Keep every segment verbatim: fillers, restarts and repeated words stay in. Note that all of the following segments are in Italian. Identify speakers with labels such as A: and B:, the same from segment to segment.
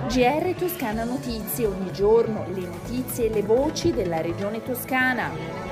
A: G R Toscana Notizie, ogni giorno le notizie e le voci della regione toscana.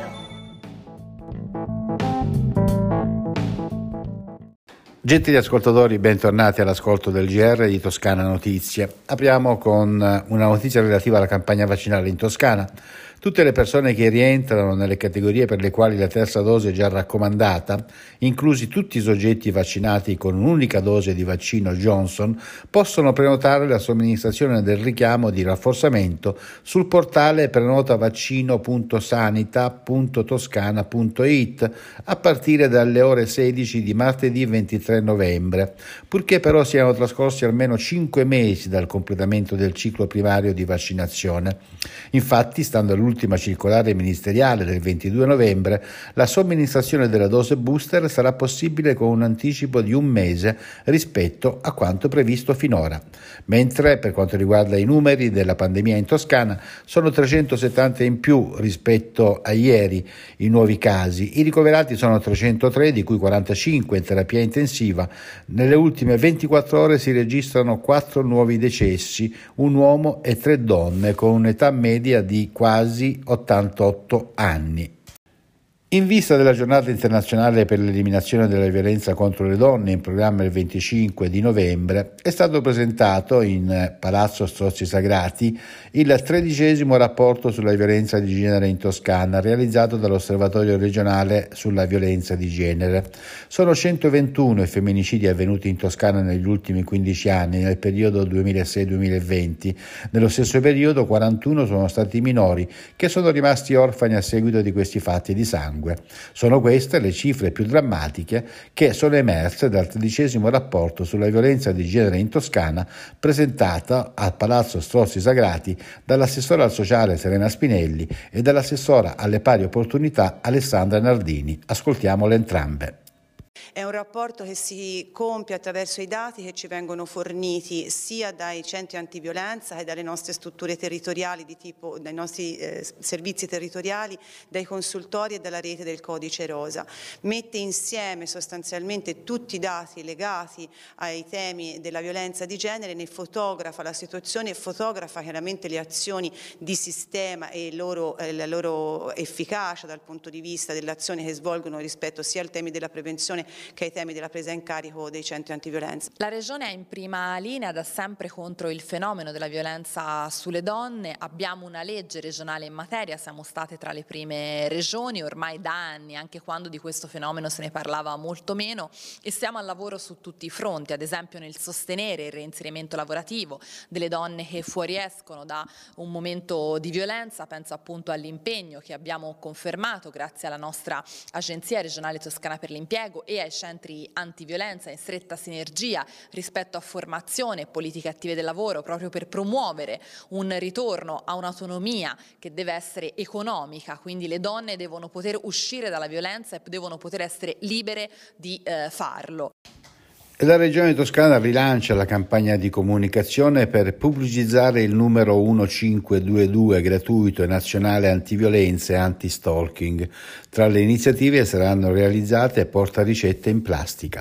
B: Gentili ascoltatori, bentornati all'ascolto del G R di Toscana Notizie. Apriamo con una notizia relativa alla campagna vaccinale in Toscana. Tutte le persone che rientrano nelle categorie per le quali la terza dose è già raccomandata, inclusi tutti i soggetti vaccinati con un'unica dose di vaccino Johnson, possono prenotare la somministrazione del richiamo di rafforzamento sul portale prenotavaccino punto sanita punto toscana punto it a partire dalle ore sedici di martedì ventitré novembre, purché però siano trascorsi almeno cinque mesi dal completamento del ciclo primario di vaccinazione. Infatti, stando all'ultima circolare ministeriale del ventidue novembre, la somministrazione della dose booster sarà possibile con un anticipo di un mese rispetto a quanto previsto finora. Mentre per quanto riguarda i numeri della pandemia in Toscana, sono trecentosettanta in più rispetto a ieri i nuovi casi. I ricoverati sono trecentotré, di cui quarantacinque in terapia intensiva. Nelle ultime ventiquattro ore si registrano quattro nuovi decessi, un uomo e tre donne, con un'età media di quasi ottantotto anni. In vista della giornata internazionale per l'eliminazione della violenza contro le donne, in programma il venticinque di novembre, è stato presentato in Palazzo Strozzi Sagrati il tredicesimo rapporto sulla violenza di genere in Toscana, realizzato dall'Osservatorio regionale sulla violenza di genere. Sono centoventuno i femminicidi avvenuti in Toscana negli ultimi quindici anni, nel periodo duemilasei duemilaventi. Nello stesso periodo quarantuno sono stati i minori che sono rimasti orfani a seguito di questi fatti di sangue. Sono queste le cifre più drammatiche che sono emerse dal tredicesimo rapporto sulla violenza di genere in Toscana, presentata al Palazzo Strozzi Sagrati dall'assessora al sociale Serena Spinelli e dall'assessora alle pari opportunità Alessandra Nardini. Ascoltiamole entrambe.
C: È un rapporto che si compie attraverso i dati che ci vengono forniti sia dai centri antiviolenza che dalle nostre strutture territoriali di tipo, dai nostri eh, servizi territoriali, dai consultori e dalla rete del Codice Rosa. Mette insieme sostanzialmente tutti i dati legati ai temi della violenza di genere, ne fotografa la situazione e fotografa chiaramente le azioni di sistema e loro, eh, la loro efficacia dal punto di vista dell'azione che svolgono rispetto sia ai temi della prevenzione che ai temi della presa in carico dei centri antiviolenza.
D: La Regione è in prima linea da sempre contro il fenomeno della violenza sulle donne. Abbiamo una legge regionale in materia, siamo state tra le prime regioni ormai da anni, anche quando di questo fenomeno se ne parlava molto meno, e stiamo al lavoro su tutti i fronti, ad esempio nel sostenere il reinserimento lavorativo delle donne che fuoriescono da un momento di violenza. Penso appunto all'impegno che abbiamo confermato grazie alla nostra Agenzia regionale toscana per l'impiego e ai centri antiviolenza in stretta sinergia rispetto a formazione e politiche attive del lavoro, proprio per promuovere un ritorno a un'autonomia che deve essere economica, quindi le donne devono poter uscire dalla violenza e devono poter essere libere di eh, farlo.
B: La Regione Toscana rilancia la campagna di comunicazione per pubblicizzare il numero uno cinque due due gratuito e nazionale antiviolenza e anti-stalking. Tra le iniziative saranno realizzate portaricette in plastica.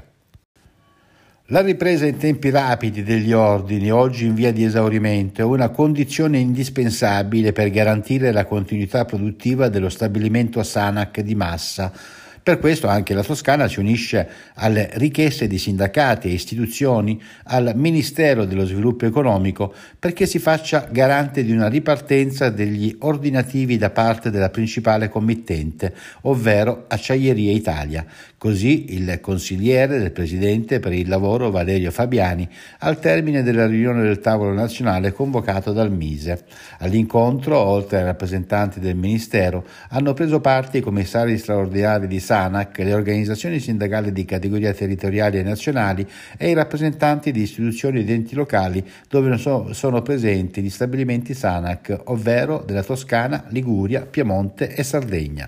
B: La ripresa in tempi rapidi degli ordini, oggi in via di esaurimento, è una condizione indispensabile per garantire la continuità produttiva dello stabilimento Sanac di Massa. Per questo anche la Toscana si unisce alle richieste di sindacati e istituzioni al Ministero dello Sviluppo Economico perché si faccia garante di una ripartenza degli ordinativi da parte della principale committente, ovvero Acciaierie Italia. Così il consigliere del Presidente per il lavoro Valerio Fabiani al termine della riunione del tavolo nazionale convocato dal Mise. All'incontro, oltre ai rappresentanti del Ministero, hanno preso parte i commissari straordinari di Sanac, le organizzazioni sindacali di categoria territoriali e nazionali e i rappresentanti di istituzioni ed enti locali dove sono presenti gli stabilimenti Sanac, ovvero della Toscana, Liguria, Piemonte e Sardegna.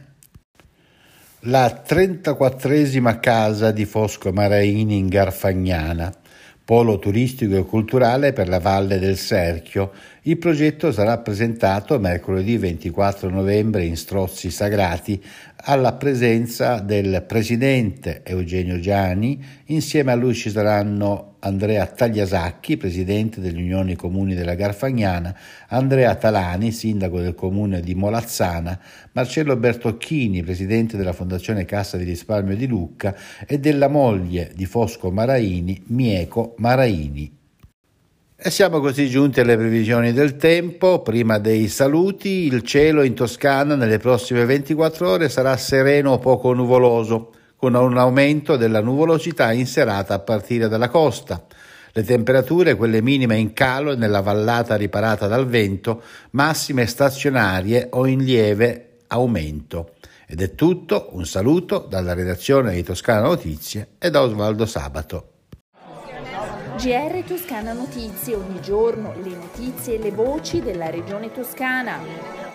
B: La trentaquattresima casa di Fosco Maraini in Garfagnana, polo turistico e culturale per la Valle del Serchio, Il progetto sarà presentato mercoledì ventiquattro novembre in Strozzi Sagrati alla presenza del presidente Eugenio Giani. Insieme a lui ci saranno Andrea Tagliasacchi, presidente delle Unioni Comuni della Garfagnana, Andrea Talani, sindaco del comune di Molazzana, Marcello Bertocchini, presidente della Fondazione Cassa di Risparmio di Lucca, e della moglie di Fosco Maraini, Mieco Maraini. E siamo così giunti alle previsioni del tempo. Prima dei saluti, il cielo in Toscana nelle prossime ventiquattro ore sarà sereno o poco nuvoloso, con un aumento della nuvolosità in serata a partire dalla costa. Le temperature, quelle minime in calo e nella vallata riparata dal vento, massime stazionarie o in lieve aumento. Ed è tutto, un saluto dalla redazione di Toscana Notizie e da Osvaldo Sabato.
A: G R Toscana Notizie, ogni giorno le notizie e le voci della regione toscana.